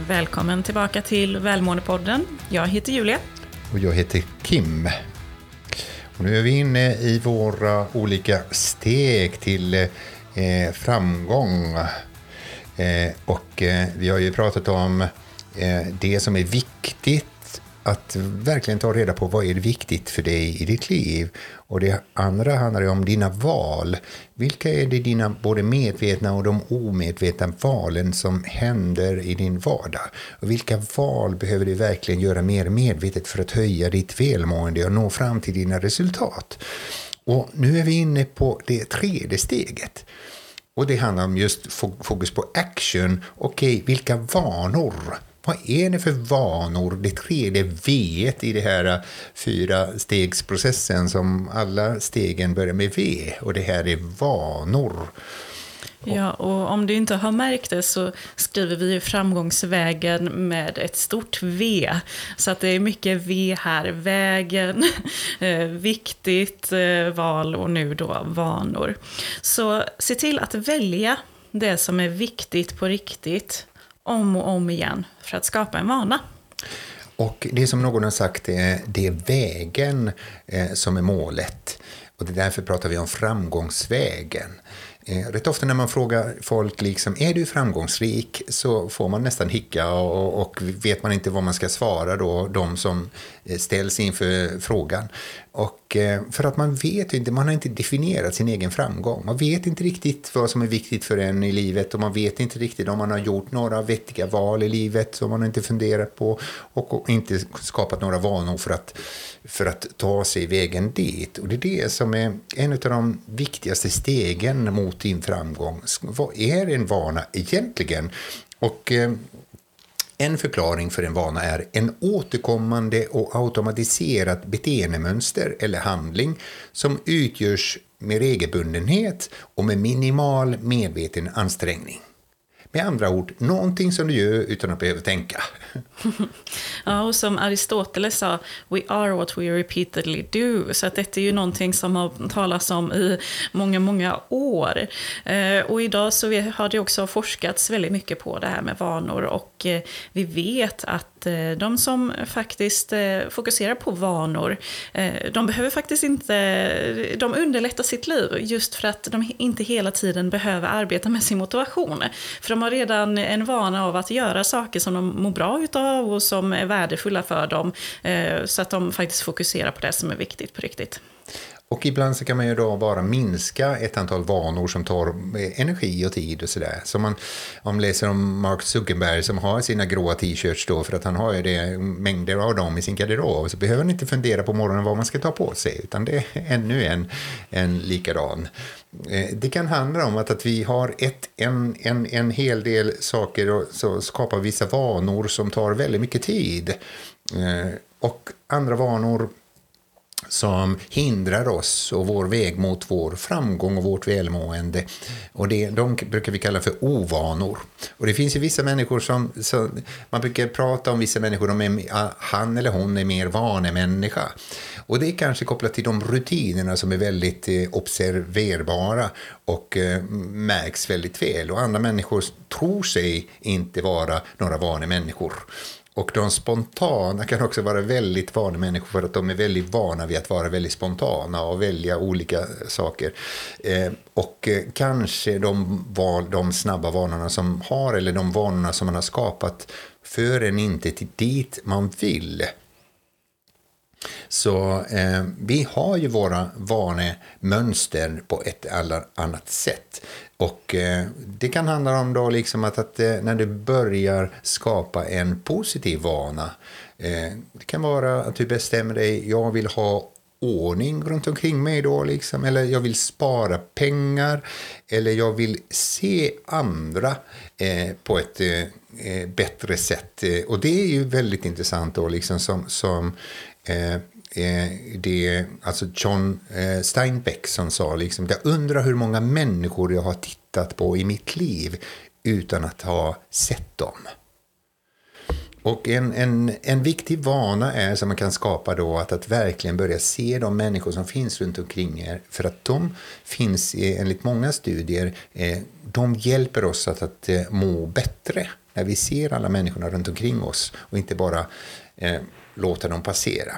Välkommen tillbaka till Välmåendepodden. Jag heter Julia. Och jag heter Kim. Och nu är vi inne i våra olika steg till framgång. Och vi har ju pratat om det som är viktigt. Att verkligen ta reda på vad är viktigt för dig i ditt liv. Och det andra handlar om dina val. Vilka är det dina både medvetna och de omedvetna valen som händer i din vardag? Och vilka val behöver du verkligen göra mer medvetet för att höja ditt välmående och nå fram till dina resultat? Och nu är vi inne på det tredje steget. Och det handlar om just fokus på action. Okej, vilka vanor? Vad är det för vanor? Det tredje V-et i det här 4-stegsprocessen som alla stegen börjar med V. Och det här är vanor. Ja, och om du inte har märkt det så skriver vi ju framgångsvägen med ett stort V. Så att det är mycket V här. Vägen, viktigt val och nu då vanor. Så se till att välja det som är viktigt på riktigt om och om igen för att skapa en vana. Och det som någon har sagt det är vägen som är målet. Och det därför pratar vi om framgångsvägen. Rätt ofta när man frågar folk liksom, är du framgångsrik, så får man nästan hicka och vet man inte vad man ska svara då, de som ställs inför frågan. Och för att man vet inte, man har inte definierat sin egen framgång. Man vet inte riktigt vad som är viktigt för en i livet och man vet inte riktigt om man har gjort några vettiga val i livet som man inte funderat på och inte skapat några vanor för att ta sig vägen dit. Och det är det som är en av de viktigaste stegen mot din framgång. Vad är en vana egentligen? Och en förklaring för en vana är en återkommande och automatiserat beteendemönster eller handling som utgörs med regelbundenhet och med minimal medveten ansträngning. Med andra ord, någonting som du gör utan att behöva tänka. Ja, och som Aristoteles sa, we are what we repeatedly do. Så att detta är ju någonting som har talats om i många, många år. Och idag så har det också forskats väldigt mycket på det här med vanor. Och vi vet att de som faktiskt fokuserar på vanor, de behöver faktiskt inte, de underlättar sitt liv just för att de inte hela tiden behöver arbeta med sin motivation. För de har redan en vana av att göra saker som de mår bra utav och som är värdefulla för dem, så att de faktiskt fokuserar på det som är viktigt på riktigt. Och ibland så kan man ju då bara minska ett antal vanor som tar energi och tid och sådär. Så man läser om Mark Zuckerberg som har sina gråa t-shirts då, för att han har ju det mängder av dem i sin garderob. Så behöver man inte fundera på morgonen vad man ska ta på sig, utan det är ännu en likadan. Det kan handla om att vi har en hel del saker och så skapar vissa vanor som tar väldigt mycket tid. Och andra vanor som hindrar oss och vår väg mot vår framgång och vårt välmående. Och de brukar vi kalla för ovanor. Och det finns ju vissa människor som man brukar prata om vissa människor, han eller hon är mer vanemänniska. Och det är kanske kopplat till de rutinerna som är väldigt observerbara och märks väldigt väl. Och andra människor tror sig inte vara några vanemänniskor. Och de spontana kan också vara väldigt vana människor för att de är väldigt vana vid att vara väldigt spontana och välja olika saker. Och kanske de snabba vanorna som har, eller de vanorna som man har skapat, för en inte till dit man vill. Så vi har ju våra vanemönster på ett eller annat sätt. Och det kan handla om då liksom att när du börjar skapa en positiv vana. Det kan vara att du bestämmer dig, jag vill ha ordning runt omkring mig då liksom, eller jag vill spara pengar, eller jag vill se andra på ett bättre sätt. Och det är ju väldigt intressant då liksom som det alltså John Steinbeck som sa liksom, jag undrar hur många människor jag har tittat på i mitt liv utan att ha sett dem. Och en viktig vana är som man kan skapa då att verkligen börja se de människor som finns runt omkring er. För att de finns enligt många studier, de hjälper oss att må bättre. När vi ser alla människorna runt omkring oss och inte bara låta dem passera.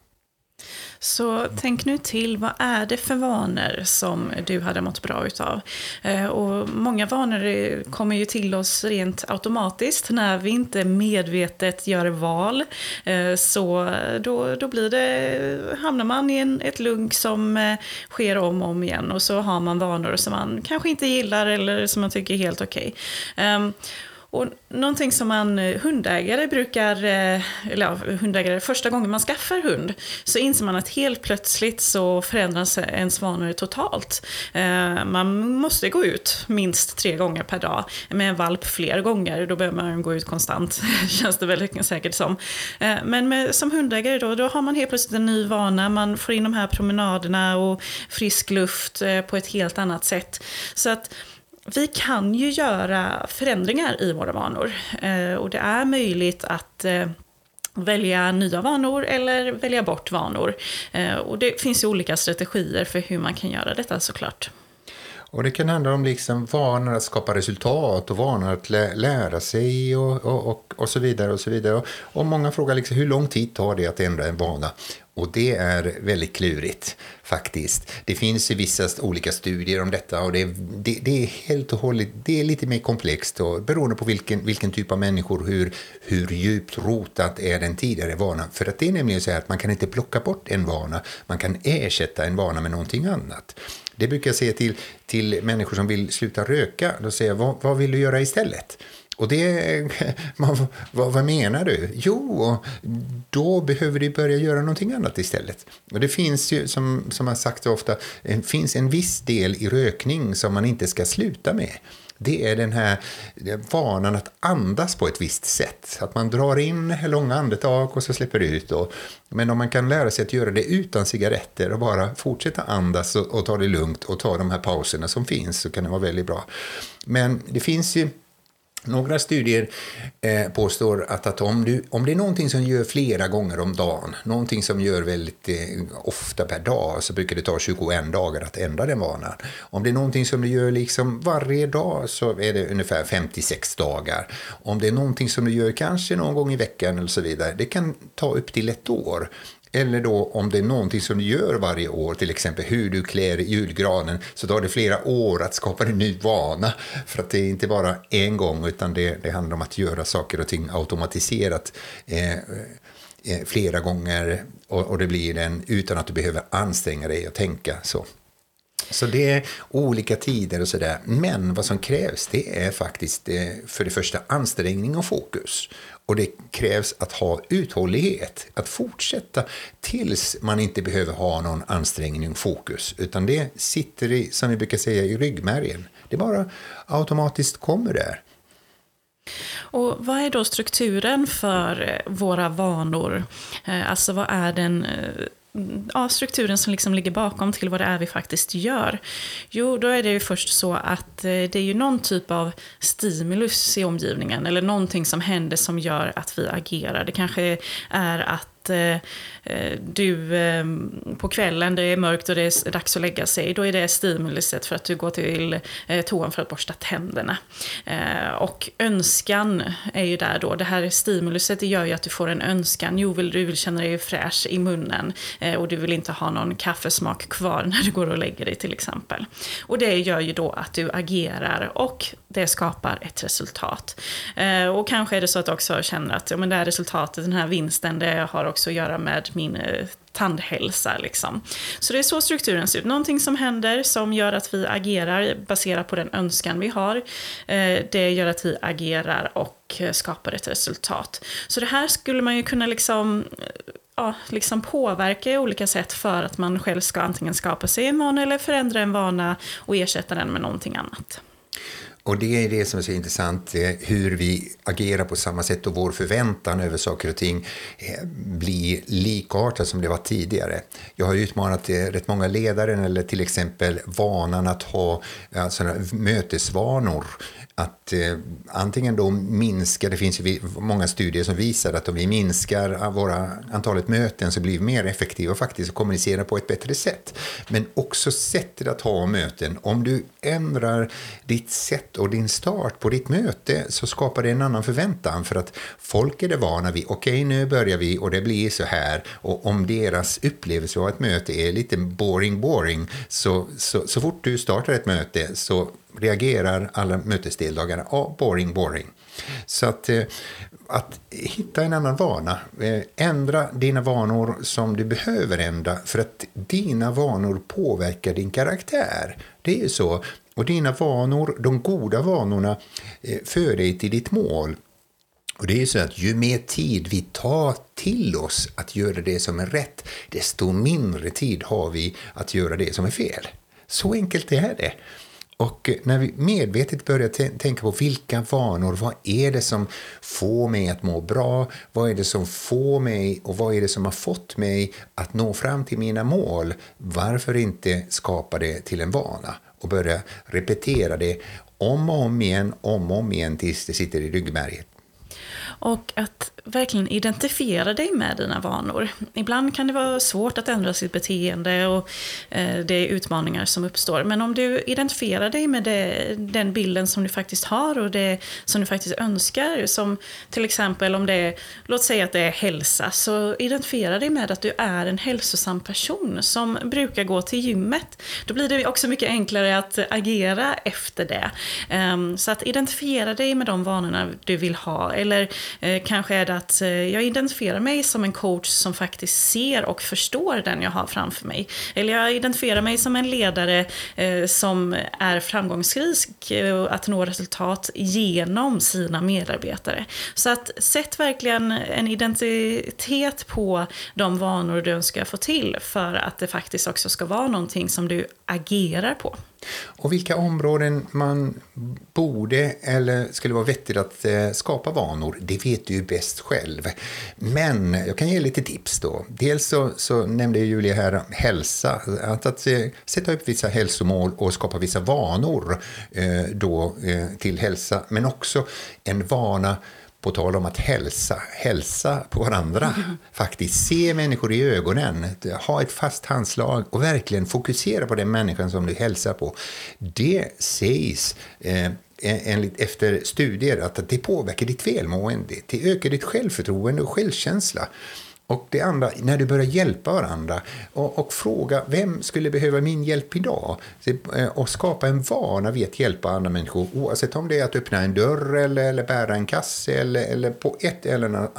Så tänk nu till, vad är det för vanor som du hade mått bra utav? Och många vanor kommer ju till oss rent automatiskt när vi inte medvetet gör val. Så då blir hamnar man i ett lugg som sker om och om igen. Och så har man vanor som man kanske inte gillar eller som man tycker är helt okej. Och någonting som hundägare hundägare, första gången man skaffar hund, så inser man att helt plötsligt så förändras ens vanor totalt. Man måste gå ut minst 3 gånger per dag, med en valp fler gånger, då behöver man gå ut konstant, känns det väldigt säkert som. Men som hundägare då har man helt plötsligt en ny vana, man får in de här promenaderna och frisk luft på ett helt annat sätt. Så att vi kan ju göra förändringar i våra vanor och det är möjligt att välja nya vanor eller välja bort vanor. Och det finns ju olika strategier för hur man kan göra detta såklart. Och det kan handla om liksom vanor att skapa resultat och vanor att lära sig och så vidare och så vidare. Och många frågar liksom, hur lång tid tar det att ändra en vana? Och det är väldigt klurigt faktiskt. Det finns ju vissa olika studier om detta och det är helt och hållet, det är lite mer komplext och beroende på vilken typ av människor, hur djupt rotat är den tidigare vanan. För att det är nämligen så här att man kan inte plocka bort en vana, man kan ersätta en vana med någonting annat. Det brukar jag säga till människor som vill sluta röka, då säger jag, vad vill du göra istället? Och vad menar du? Jo, då behöver du börja göra någonting annat istället. Och det finns ju, som jag sagt så ofta, finns en viss del i rökning som man inte ska sluta med. Det är den här vanan att andas på ett visst sätt. Att man drar in långa andetag och så släpper ut. Men om man kan lära sig att göra det utan cigaretter och bara fortsätta andas och ta det lugnt och ta de här pauserna som finns, så kan det vara väldigt bra. Men det finns ju några studier påstår att om det är någonting som gör flera gånger om dagen, någonting som gör väldigt ofta per dag, så brukar det ta 21 dagar att ändra den vanan. Om det är någonting som du gör liksom varje dag, så är det ungefär 56 dagar. Om det är någonting som du gör kanske någon gång i veckan eller så vidare, det kan ta upp till 1 år. Eller då om det är någonting som du gör varje år, till exempel hur du klär julgranen, så tar det flera år att skapa en ny vana. För att det är inte bara en gång, utan det handlar om att göra saker och ting automatiserat flera gånger. Och det blir den utan att du behöver anstränga dig och tänka så. Så det är olika tider och sådär. Men vad som krävs, det är faktiskt för det första ansträngning och fokus. Och det krävs att ha uthållighet, att fortsätta tills man inte behöver ha någon ansträngning och fokus. Utan det sitter som vi brukar säga, i ryggmärgen. Det bara automatiskt kommer där. Och vad är då strukturen för våra vanor? Alltså vad är den strukturen som liksom ligger bakom till vad det är vi faktiskt gör? Jo, då är det ju först så att det är ju någon typ av stimulus i omgivningen eller någonting som händer som gör att vi agerar. Det kanske är att du på kvällen, det är mörkt och det är dags att lägga sig, då är det stimuluset för att du går till toan för att borsta tänderna. Och önskan är ju där då. Det här stimuluset, det gör ju att du får en önskan. Jo, du vill känna dig fräsch i munnen och du vill inte ha någon kaffesmak kvar när du går och lägger dig till exempel. Och det gör ju då att du agerar och det skapar ett resultat. Och kanske är det så att du också känner att men det här resultatet, den här vinsten, det har också att göra med min tandhälsa liksom. Så det är så strukturen ser ut. Någonting som händer som gör att vi agerar baserat på den önskan vi har. Det gör att vi agerar och skapar ett resultat. Så det här skulle man ju kunna liksom påverka i olika sätt för att man själv ska antingen skapa sig en vana eller förändra en vana och ersätta den med någonting annat. Och det är det som är så intressant, hur vi agerar på samma sätt och vår förväntan över saker och ting blir likartad som det var tidigare. Jag har utmanat rätt många ledare eller till exempel vanan att ha mötesvanor. att antingen då minska, det finns ju många studier som visar att om vi minskar antalet möten så blir vi mer effektiva och faktiskt kommunicera på ett bättre sätt. Men också sättet att ha möten. Om du ändrar ditt sätt och din start på ditt möte så skapar det en annan förväntan, för att folk är det vana vid. Okej, nu börjar vi och det blir så här. Och om deras upplevelse av ett möte är lite boring så fort du startar ett möte så reagerar alla mötesdeltagarna boring. Så att hitta en annan vana, ändra dina vanor som du behöver ändra, för att dina vanor påverkar din karaktär. Det är ju så. Och dina vanor, de goda vanorna, för dig till ditt mål. Och det är ju så att ju mer tid vi tar till oss att göra det som är rätt, desto mindre tid har vi att göra det som är fel. Så enkelt är det. Och när vi medvetet börjar tänka på vilka vanor, vad är det som får mig att må bra, vad är det som får mig och vad är det som har fått mig att nå fram till mina mål, varför inte skapa det till en vana och börja repetera det om och om igen tills det sitter i ryggmärgen. Och att verkligen identifiera dig med dina vanor. Ibland kan det vara svårt att ändra sitt beteende och det är utmaningar som uppstår. Men om du identifierar dig med den bilden som du faktiskt har och det som du faktiskt önskar, som till exempel om det är, låt säga att det är hälsa, så identifiera dig med att du är en hälsosam person som brukar gå till gymmet. Då blir det också mycket enklare att agera efter det. Så att identifiera dig med de vanorna du vill ha, eller kanske är det att jag identifierar mig som en coach som faktiskt ser och förstår den jag har framför mig. Eller jag identifierar mig som en ledare som är framgångsrik att nå resultat genom sina medarbetare. Så att sätt verkligen en identitet på de vanor du önskar få till för att det faktiskt också ska vara någonting som du agerar på. Och vilka områden man borde eller skulle vara vettigt att skapa vanor, det vet du ju bäst själv. Men jag kan ge lite tips då. Dels så nämnde Julia här hälsa, att sätta upp vissa hälsomål och skapa vissa vanor till hälsa, men också en vana på tal om att hälsa på varandra, faktiskt se människor i ögonen, ha ett fast handslag och verkligen fokusera på den människan som du hälsar på. Det sägs efter studier att det påverkar ditt välmående, det ökar ditt självförtroende och självkänsla. Och det andra, när du börjar hjälpa varandra och fråga vem skulle behöva min hjälp idag, och skapa en vana vid att hjälpa andra människor, oavsett om det är att öppna en dörr eller bära en kasse eller på ett eller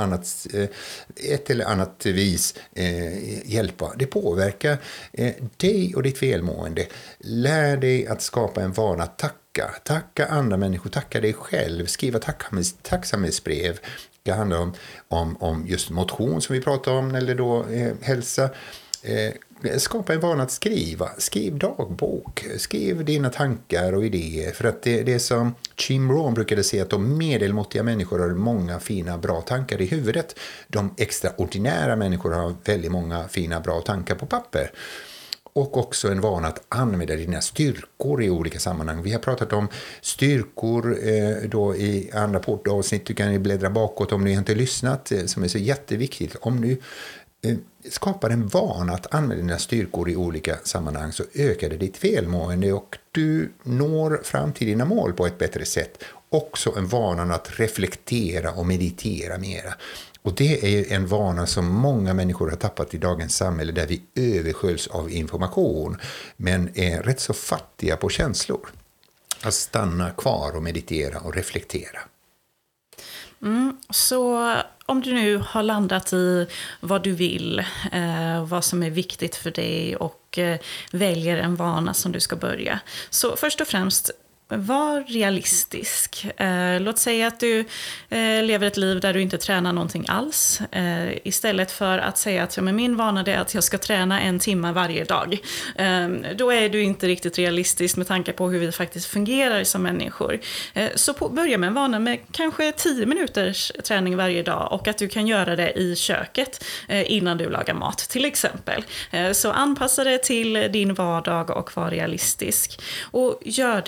annat vis hjälpa. Det påverkar dig och ditt välmående. Lär dig att skapa en vana att tacka andra människor, tacka dig själv, skriva tacksamhetsbrev. Det handlar om just motion som vi pratar om, eller då hälsa. Skapa en vana att skriv dagbok, skriv dina tankar och idéer, för att det är som Jim Rohn brukade säga, att de medelmåttiga människor har många fina bra tankar i huvudet, de extraordinära människor har väldigt många fina bra tankar på papper. Och också en vana att använda dina styrkor i olika sammanhang. Vi har pratat om styrkor då i andra poddavsnitt. Du kan bläddra bakåt om du inte lyssnat, som är så jätteviktigt. Om du skapar en vana att använda dina styrkor i olika sammanhang, så ökar det ditt välmående och du når fram till dina mål på ett bättre sätt. Också en vana att reflektera och meditera mera. Och det är ju en vana som många människor har tappat i dagens samhälle, där vi översköljs av information men är rätt så fattiga på känslor. Att stanna kvar och meditera och reflektera. Så om du nu har landat i vad du vill, vad som är viktigt för dig och väljer en vana som du ska börja. Så först och främst, var realistisk. Låt säga att du lever ett liv där du inte tränar någonting alls. Istället för att säga att min vana är att jag ska träna 1 timme varje dag. Då är du inte riktigt realistisk med tanke på hur vi faktiskt fungerar som människor. Så börja med en vana med kanske 10 minuters träning varje dag, och att du kan göra det i köket innan du lagar mat till exempel. Så anpassa det till din vardag och var realistisk. Och gör det enkelt.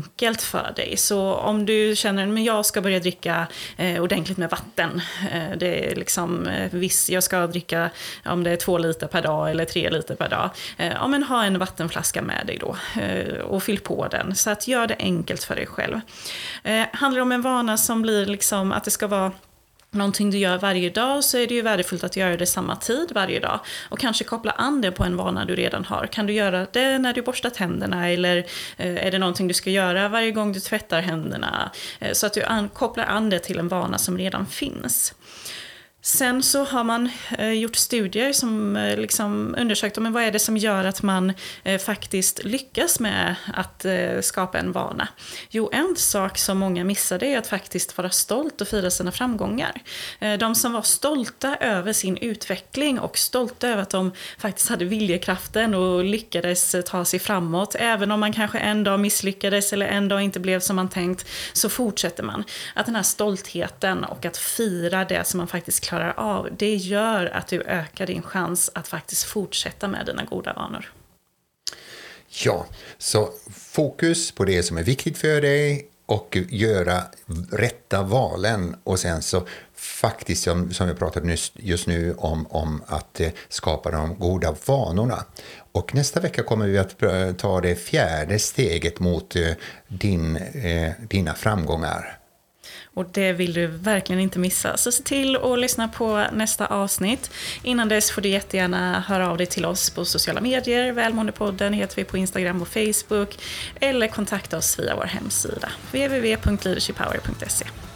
enkelt för dig. Så om du känner att jag ska börja dricka ordentligt med vatten. Det är liksom jag ska dricka om det är 2 liter per dag eller 3 liter per dag. Men ha en vattenflaska med dig då och fyll på den. Så att gör det enkelt för dig själv. Handlar det om en vana som blir liksom att det ska vara någonting du gör varje dag, så är det ju värdefullt att göra det samma tid varje dag. Och kanske koppla an det på en vana du redan har. Kan du göra det när du borstar tänderna, eller är det någonting du ska göra varje gång du tvättar händerna? Så att du kopplar an det till en vana som redan finns. Sen så har man gjort studier som liksom undersökt men vad är det som gör att man faktiskt lyckas med att skapa en vana. Jo, en sak som många missade är att faktiskt vara stolt och fira sina framgångar. De som var stolta över sin utveckling och stolta över att de faktiskt hade viljekraften och lyckades ta sig framåt. Även om man kanske en dag misslyckades eller en dag inte blev som man tänkt, så fortsätter man. Att den här stoltheten och att fira det som man faktiskt klarar av, det gör att du ökar din chans att faktiskt fortsätta med dina goda vanor. Ja, så fokus på det som är viktigt för dig och göra rätta valen, och sen så faktiskt som vi pratade just nu om att skapa de goda vanorna. Och nästa vecka kommer vi att ta det 4:e steget mot dina framgångar. Och det vill du verkligen inte missa. Så se till att lyssna på nästa avsnitt. Innan dess får du jättegärna höra av dig till oss på sociala medier. Välmåendepodden heter vi på Instagram och Facebook. Eller kontakta oss via vår hemsida www.leadershippower.se.